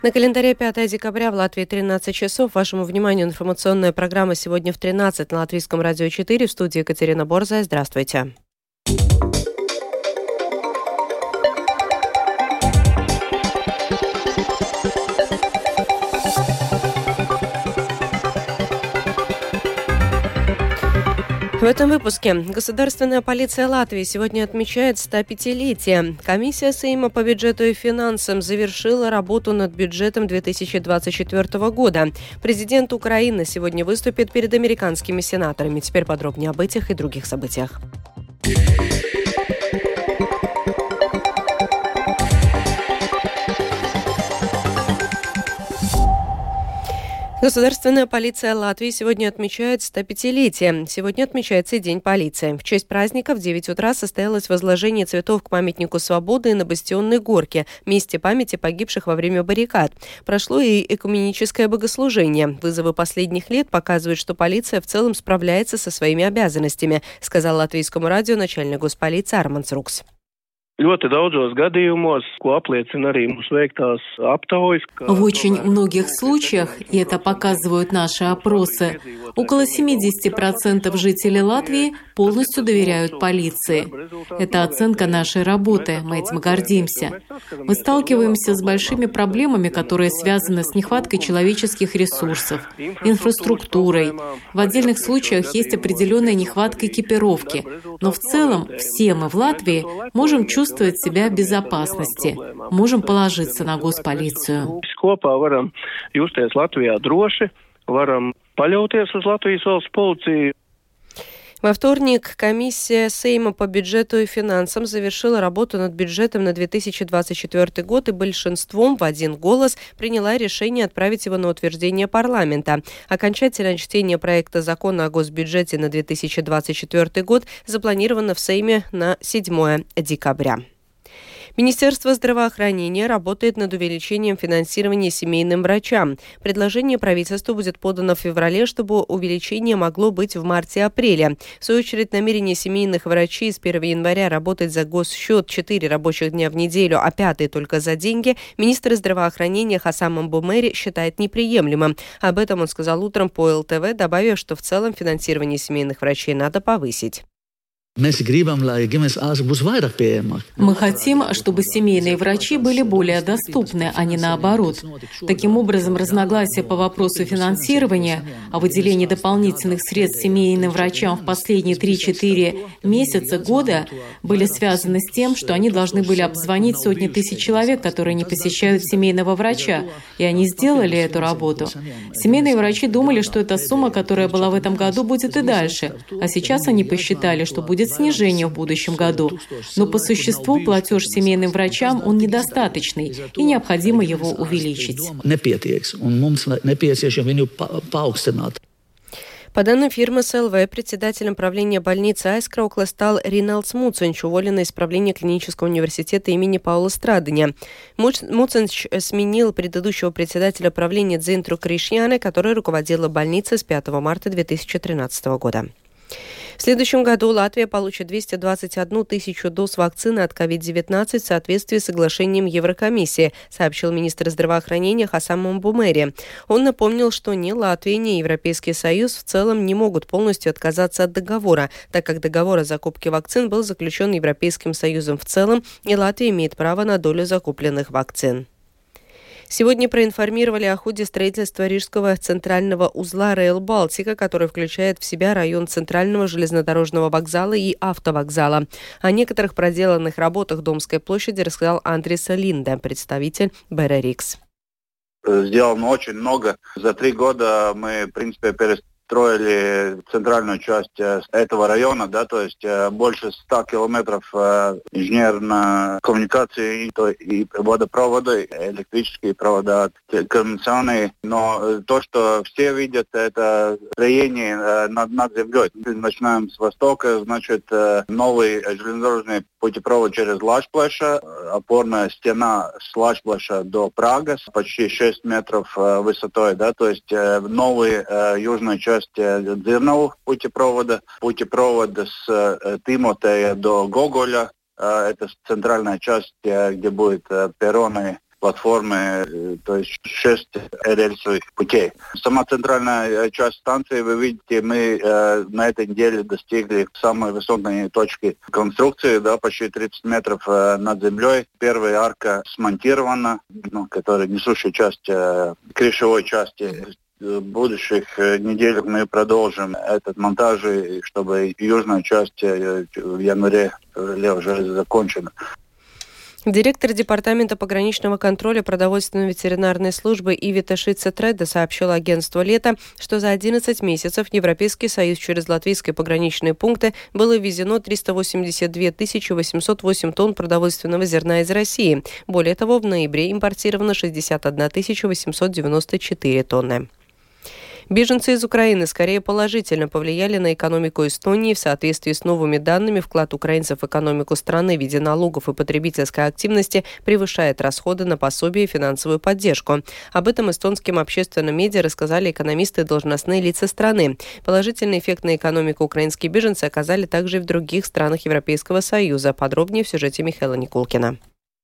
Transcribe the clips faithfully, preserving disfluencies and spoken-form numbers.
На календаре пятое декабря, в Латвии тринадцать часов. Вашему вниманию информационная программа «Сегодня в тринадцать» на Латвийском радио четыре. В студии Екатерина Борзая. Здравствуйте. В этом выпуске Государственная полиция Латвии сегодня отмечает сто пятилетие. Комиссия Сейма по бюджету и финансам завершила работу над бюджетом две тысячи двадцать четвёртого года. Президент Украины сегодня выступит перед американскими сенаторами. Теперь подробнее об этих и других событиях. Государственная полиция Латвии сегодня отмечает сто пятилетие. Сегодня отмечается и День полиции. В честь праздника в девять утра состоялось возложение цветов к памятнику Свободы на Бастионной горке, месте памяти погибших во время баррикад. Прошло и экуменическое богослужение. Вызовы последних лет показывают, что полиция в целом справляется со своими обязанностями, сказал латвийскому радио начальник госполиции Арманс Рукс. В очень многих случаях, и это показывают наши опросы, около семьдесят процентов жителей Латвии полностью доверяют полиции. Это оценка нашей работы, мы этим гордимся. Мы сталкиваемся с большими проблемами, которые связаны с нехваткой человеческих ресурсов, инфраструктурой. В отдельных случаях есть определенная нехватка экипировки, но в целом все мы в Латвии можем чувствовать себя в безопасности, можем положиться на госполицию. Во вторник комиссия Сейма по бюджету и финансам завершила работу над бюджетом на две тысячи двадцать четвёртый год и большинством в один голос приняла решение отправить его на утверждение парламента. Окончательное чтение проекта закона о госбюджете на две тысячи двадцать четвёртый год запланировано в Сейме на седьмое декабря. Министерство здравоохранения работает над увеличением финансирования семейным врачам. Предложение правительству будет подано в феврале, чтобы увеличение могло быть в марте-апреле. В свою очередь, намерение семейных врачей с первого января работать за госсчет четыре рабочих дня в неделю, а пятый только за деньги, министр здравоохранения Хасам Амбумери считает неприемлемым. Об этом он сказал утром по эл тэ вэ, добавив, что в целом финансирование семейных врачей надо повысить. Мы хотим, чтобы семейные врачи были более доступны, а не наоборот. Таким образом, разногласия по вопросу финансирования, о выделении дополнительных средств семейным врачам в последние три-четыре месяца года были связаны с тем, что они должны были обзвонить сотни тысяч человек, которые не посещают семейного врача, и они сделали эту работу. Семейные врачи думали, что эта сумма, которая была в этом году, будет и дальше, а сейчас они посчитали, что будет снижение в будущем году. Но по существу платеж семейным врачам, он недостаточный, и необходимо его увеличить. По данным фирмы эс эл вэ, председателем правления больницы Айскраукла стал Риналдс Муценч, уволенный из правления клинического университета имени Паула Страдыня. Муценч сменил предыдущего председателя правления Дзинтру Кришьяне, который руководила больницей с пятого марта две тысячи тринадцатого года. В следующем году Латвия получит двести двадцать одну тысячу доз вакцины от ковид девятнадцать в соответствии с соглашением Еврокомиссии, сообщил министр здравоохранения Хасам Амбумери. Он напомнил, что ни Латвия, ни Европейский Союз в целом не могут полностью отказаться от договора, так как договор о закупке вакцин был заключен Европейским Союзом в целом, и Латвия имеет право на долю закупленных вакцин. Сегодня проинформировали о ходе строительства Рижского центрального узла Рейл Балтика, который включает в себя район центрального железнодорожного вокзала и автовокзала. О некоторых проделанных работах Домской площади рассказал Андрис Линде, представитель бэ эр Рикс. Сделано очень много. За три года мы, в принципе, перестроили центральную часть этого района, да, то есть больше ста километров инженерной коммуникации и водопровода, электрические провода, канализационные. Но то, что все видят, это строение над, над землей. Начинаем с востока, значит, новый железнодорожный путепровод через Лашплеша, опорная стена с Лашплеша до Прага, почти шесть метров высотой, да, то есть новая южная часть Дзирнова путепровода, путепровод с Тимотея до Гоголя, это центральная часть, где будет перроны платформы, то есть шесть рельсовых путей. Сама центральная часть станции, вы видите, мы э, на этой неделе достигли самой высокой точки конструкции, да, почти тридцать метров э, над землей. Первая арка смонтирована, ну, которая несущая часть э, крышевой части. В будущих неделях мы продолжим этот монтаж, чтобы южная часть в январе уже закончена. Директор Департамента пограничного контроля продовольственной ветеринарной службы Ивита Шица-Треда сообщила агентству «Лето», что за одиннадцать месяцев в Европейский Союз через латвийские пограничные пункты было ввезено триста восемьдесят две тысячи восемьсот восемь тонн продовольственного зерна из России. Более того, в ноябре импортировано шестьдесят одна тысяча восемьсот девяносто четыре тонны. Беженцы из Украины скорее положительно повлияли на экономику Эстонии. В соответствии с новыми данными, вклад украинцев в экономику страны в виде налогов и потребительской активности превышает расходы на пособие и финансовую поддержку. Об этом эстонским общественным медиа рассказали экономисты и должностные лица страны. Положительный эффект на экономику украинские беженцы оказали также и в других странах Европейского Союза. Подробнее в сюжете Михаила Никулкина.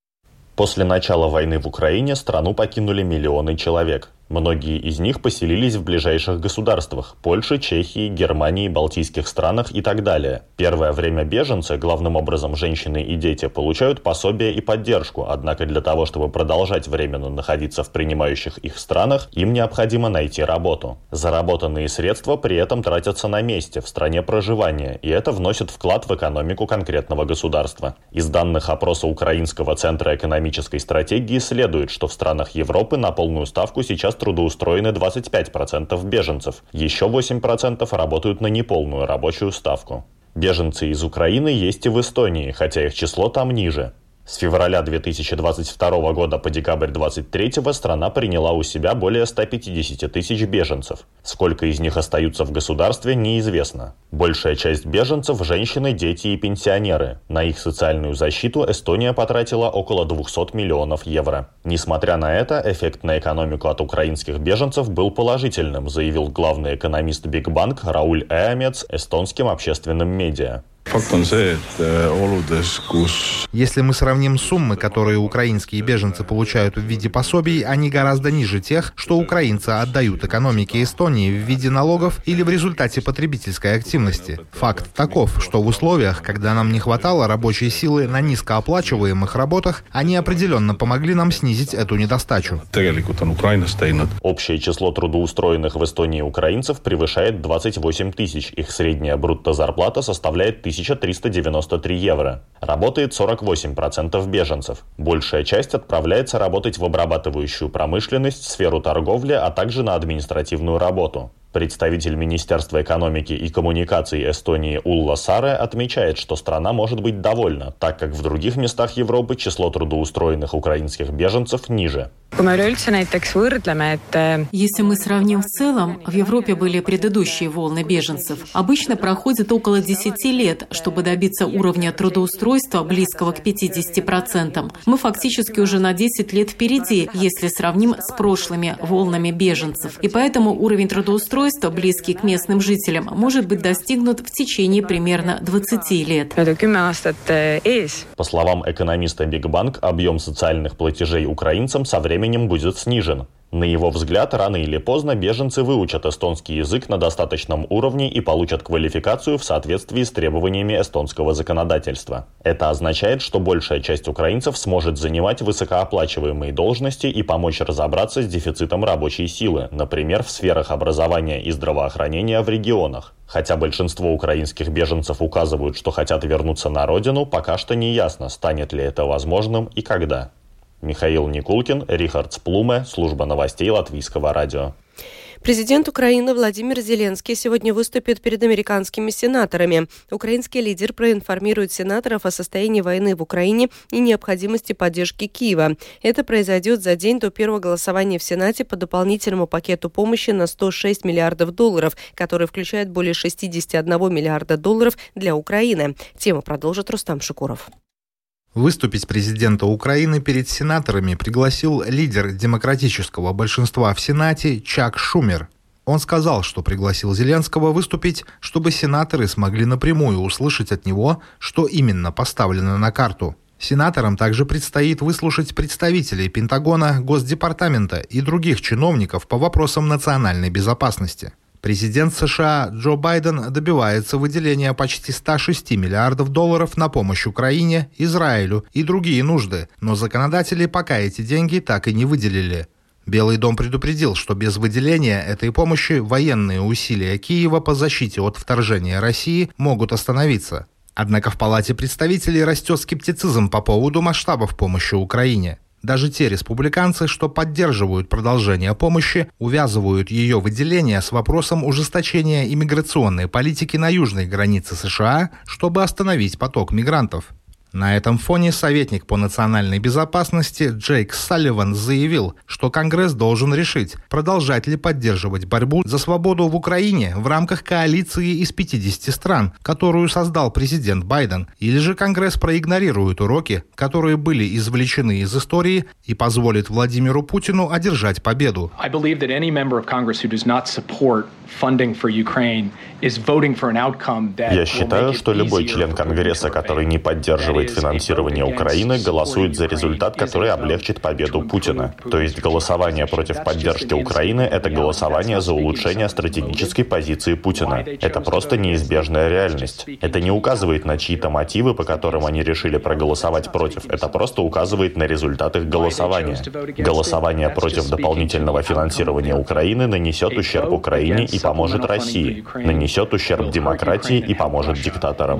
После начала войны в Украине страну покинули миллионы человек. Многие из них поселились в ближайших государствах – Польше, Чехии, Германии, Балтийских странах и так далее. Первое время беженцы, главным образом женщины и дети, получают пособие и поддержку, однако для того, чтобы продолжать временно находиться в принимающих их странах, им необходимо найти работу. Заработанные средства при этом тратятся на месте, в стране проживания, и это вносит вклад в экономику конкретного государства. Из данных опроса Украинского центра экономической стратегии следует, что в странах Европы на полную ставку сейчас трудоустроены двадцать пять процентов беженцев. Еще восемь процентов работают на неполную рабочую ставку. Беженцы из Украины есть и в Эстонии, хотя их число там ниже. С февраля две тысячи двадцать второго года по декабрь двадцать третьего страна приняла у себя более ста пятидесяти тысяч беженцев. Сколько из них остаются в государстве, неизвестно. Большая часть беженцев – женщины, дети и пенсионеры. На их социальную защиту Эстония потратила около двухсот миллионов евро. Несмотря на это, эффект на экономику от украинских беженцев был положительным, заявил главный экономист Bigbank Рауль Эамец эстонским общественным медиа. Если мы сравним суммы, которые украинские беженцы получают в виде пособий, они гораздо ниже тех, что украинцы отдают экономике Эстонии в виде налогов или в результате потребительской активности. Факт таков, что в условиях, когда нам не хватало рабочей силы на низкооплачиваемых работах, они определенно помогли нам снизить эту недостачу. Общее число трудоустроенных в Эстонии украинцев превышает двадцать восемь тысяч. Их средняя брутто-зарплата составляет тысяча триста девяносто три евро. Работает сорок восемь процентов беженцев. Большая часть отправляется работать в обрабатывающую промышленность, сферу торговли, а также на административную работу. Представитель Министерства экономики и коммуникаций Эстонии Улла Саре отмечает, что страна может быть довольна, так как в других местах Европы число трудоустроенных украинских беженцев ниже. Если мы сравним в целом, в Европе были предыдущие волны беженцев. Обычно проходит около десяти лет, чтобы добиться уровня трудоустройства, близкого к пятидесяти процентам. Мы фактически уже на десять лет впереди, если сравним с прошлыми волнами беженцев. И поэтому уровень трудоустройства, близкий к местным жителям, может быть достигнут в течение примерно двадцати лет. По словам экономиста Bigbank, объем социальных платежей украинцам со временем будет снижен. На его взгляд, рано или поздно беженцы выучат эстонский язык на достаточном уровне и получат квалификацию в соответствии с требованиями эстонского законодательства. Это означает, что большая часть украинцев сможет занимать высокооплачиваемые должности и помочь разобраться с дефицитом рабочей силы, например, в сферах образования и здравоохранения в регионах. Хотя большинство украинских беженцев указывают, что хотят вернуться на родину, пока что не ясно, станет ли это возможным и когда. Михаил Никулкин, Рихард Сплуме, служба новостей Латвийского радио. Президент Украины Владимир Зеленский сегодня выступит перед американскими сенаторами. Украинский лидер проинформирует сенаторов о состоянии войны в Украине и необходимости поддержки Киева. Это произойдет за день до первого голосования в Сенате по дополнительному пакету помощи на сто шесть миллиардов долларов, который включает более шестьдесят один миллиарда долларов для Украины. Тему продолжит Рустам Шукуров. Выступить президента Украины перед сенаторами пригласил лидер демократического большинства в Сенате Чак Шумер. Он сказал, что пригласил Зеленского выступить, чтобы сенаторы смогли напрямую услышать от него, что именно поставлено на карту. Сенаторам также предстоит выслушать представителей Пентагона, Госдепартамента и других чиновников по вопросам национальной безопасности. Президент США Джо Байден добивается выделения почти ста шести миллиардов долларов на помощь Украине, Израилю и другие нужды, но законодатели пока эти деньги так и не выделили. Белый дом предупредил, что без выделения этой помощи военные усилия Киева по защите от вторжения России могут остановиться. Однако в Палате представителей растет скептицизм по поводу масштабов помощи Украине. Даже те республиканцы, что поддерживают продолжение помощи, увязывают ее выделение с вопросом ужесточения иммиграционной политики на южной границе США, чтобы остановить поток мигрантов. На этом фоне советник по национальной безопасности Джейк Салливан заявил, что Конгресс должен решить, продолжать ли поддерживать борьбу за свободу в Украине в рамках коалиции из пятидесяти стран, которую создал президент Байден, или же Конгресс проигнорирует уроки, которые были извлечены из истории, и позволит Владимиру Путину одержать победу. Я считаю, что любой член Конгресса, который не поддерживает финансирование Украины, голосует за результат, который облегчит победу Путина. То есть голосование против поддержки Украины – это голосование за улучшение стратегической позиции Путина. Это просто неизбежная реальность. Это не указывает на чьи-то мотивы, по которым они решили проголосовать против. Это просто указывает на результат их голосования. Голосование против дополнительного финансирования Украины нанесет ущерб Украине и поможет России, нанесет ущерб демократии и поможет диктаторам.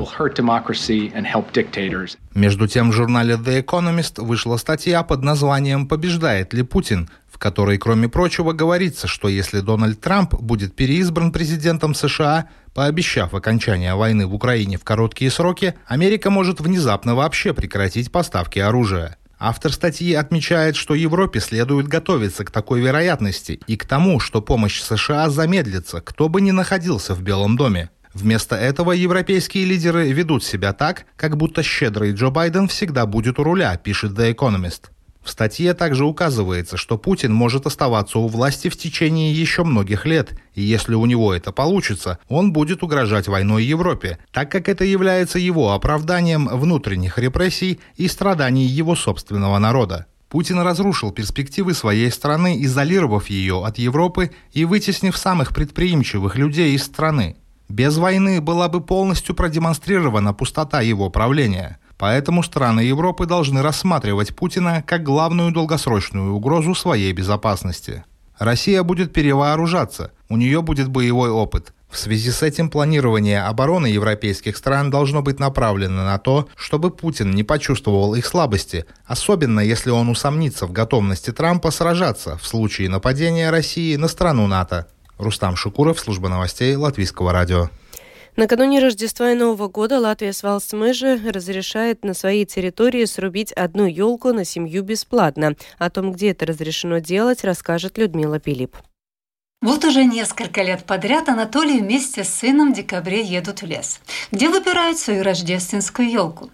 Между тем, в журнале The Economist вышла статья под названием «Побеждает ли Путин?», в которой, кроме прочего, говорится, что если Дональд Трамп будет переизбран президентом США, пообещав окончание войны в Украине в короткие сроки, Америка может внезапно вообще прекратить поставки оружия. Автор статьи отмечает, что Европе следует готовиться к такой вероятности и к тому, что помощь США замедлится, кто бы ни находился в Белом доме. Вместо этого европейские лидеры ведут себя так, как будто щедрый Джо Байден всегда будет у руля, пишет The Economist. В статье также указывается, что Путин может оставаться у власти в течение еще многих лет, и если у него это получится, он будет угрожать войной Европе, так как это является его оправданием внутренних репрессий и страданий его собственного народа. Путин разрушил перспективы своей страны, изолировав ее от Европы и вытеснив самых предприимчивых людей из страны. Без войны была бы полностью продемонстрирована пустота его правления. Поэтому страны Европы должны рассматривать Путина как главную долгосрочную угрозу своей безопасности. Россия будет перевооружаться, у нее будет боевой опыт. В связи с этим планирование обороны европейских стран должно быть направлено на то, чтобы Путин не почувствовал их слабости, особенно если он усомнится в готовности Трампа сражаться в случае нападения России на страну НАТО. Рустам Шукуров, служба новостей Латвийского радио. Накануне Рождества и Нового года Латвия с Valsts разрешает на своей территории срубить одну елку на семью бесплатно. О том, где это разрешено делать, расскажет Людмила Пилип. Вот уже несколько лет подряд Анатолий вместе с сыном в декабре едут в лес, где выбирают свою рождественскую елку.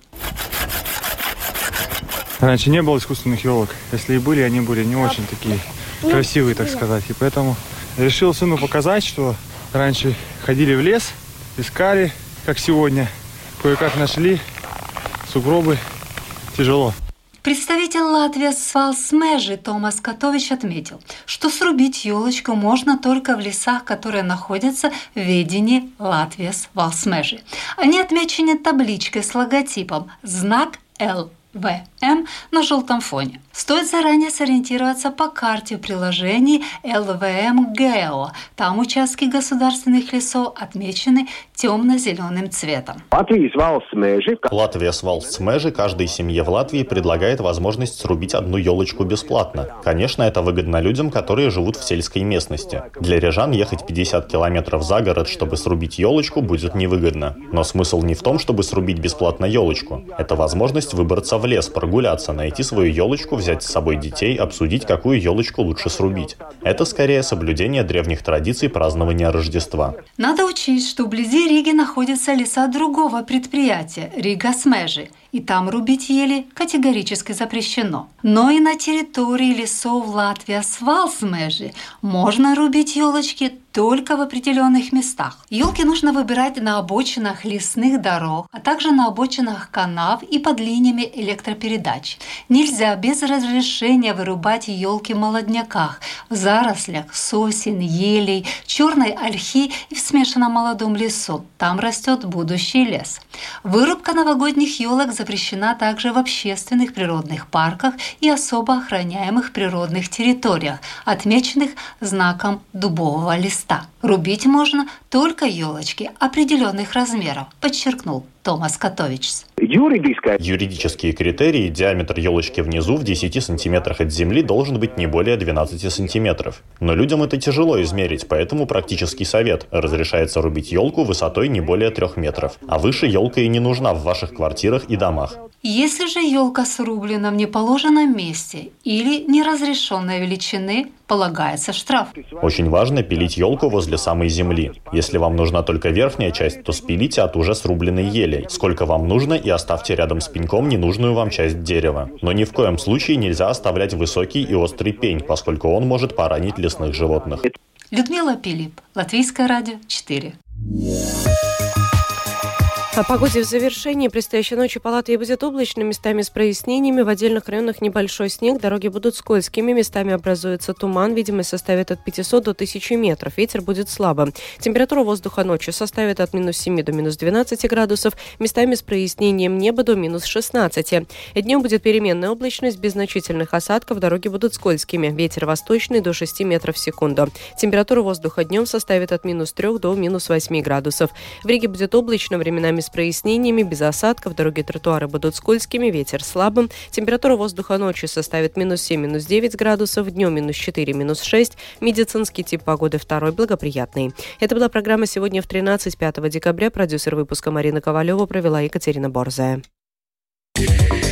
Раньше не было искусственных елок. Если и были, они были не очень такие красивые, так сказать. И поэтому решил сыну показать, что раньше ходили в лес, искали, как сегодня. Кое-как нашли, сугробы, тяжело. Представитель Латвии с Valsts Томас Котович отметил, что срубить елочку можно только в лесах, которые находятся в ведении Латвии с Valsts. Они отмечены табличкой с логотипом «Знак Л В М» на желтом фоне. Стоит заранее сориентироваться по карте в приложении Эл вэ эм Geo. Там участки государственных лесов отмечены темно-зеленым цветом. Латвия с Valsts каждой семье в Латвии предлагает возможность срубить одну елочку бесплатно. Конечно, это выгодно людям, которые живут в сельской местности. Для рижан ехать пятьдесят километров за город, чтобы срубить елочку, будет невыгодно. Но смысл не в том, чтобы срубить бесплатно елочку. Это возможность выбраться в лес, прогуляться, найти свою елочку, взять с собой детей, обсудить, какую елочку лучше срубить. Это скорее соблюдение древних традиций празднования Рождества. Надо учесть, что вблизи Риги находятся леса другого предприятия – Рига Смежи, и там рубить ели категорически запрещено. Но и на территории лесов Латвijas Valsmeži можно рубить елочки только в определенных местах. Елки нужно выбирать на обочинах лесных дорог, а также на обочинах канав и под линиями электропередач. Нельзя без разрешения вырубать елки в молодняках, в зарослях сосен, елей, черной ольхи и в смешанном молодом лесу. Там растет будущий лес. Вырубка новогодних елок запрещена также в общественных природных парках и особо охраняемых природных территориях, отмеченных знаком дубового листа. Рубить можно только елочки определенных размеров, подчеркнул Томас Катовичс. Юридические критерии: диаметр елочки внизу в десяти сантиметрах от земли должен быть не более двенадцати сантиметров. Но людям это тяжело измерить, поэтому практический совет: разрешается рубить елку высотой не более трех метров. А выше елка и не нужна в ваших квартирах и домах. Если же елка срублена в неположенном месте или неразрешенной величины, полагается штраф. Очень важно пилить елку возле самой земли. Если вам нужна только верхняя часть, то спилите от уже срубленной ели, сколько вам нужно, и оставьте рядом с пеньком ненужную вам часть дерева. Но ни в коем случае нельзя оставлять высокий и острый пень, поскольку он может поранить лесных животных. Людмила Пилип, Латвийское радио четыре. О погоде в завершении. Предстоящей ночью по Латвии будет облачно, местами с прояснениями. В отдельных районах небольшой снег, дороги будут скользкими, местами образуется туман. Видимость составит от пятисот до тысячи метров. Ветер будет слабым. Температура воздуха ночью составит от минус семи до минус двенадцати градусов. Местами с прояснением неба до минус шестнадцати. Днем будет переменная облачность, без значительных осадков. Дороги будут скользкими. Ветер восточный до шести метров в секунду. Температура воздуха днем составит от минус трех до минус восьми градусов. В Риге будет облачно, временами с прояснениями, без осадков. Дороги и тротуары будут скользкими, ветер слабым. Температура воздуха ночью составит минус семь, минус девять градусов, днем минус четыре, минус шесть. Медицинский тип погоды второй, благоприятный. Это была программа «Сегодня в тринадцать», пятого декабря. Продюсер выпуска Марина Ковалева, провела Екатерина Борзая.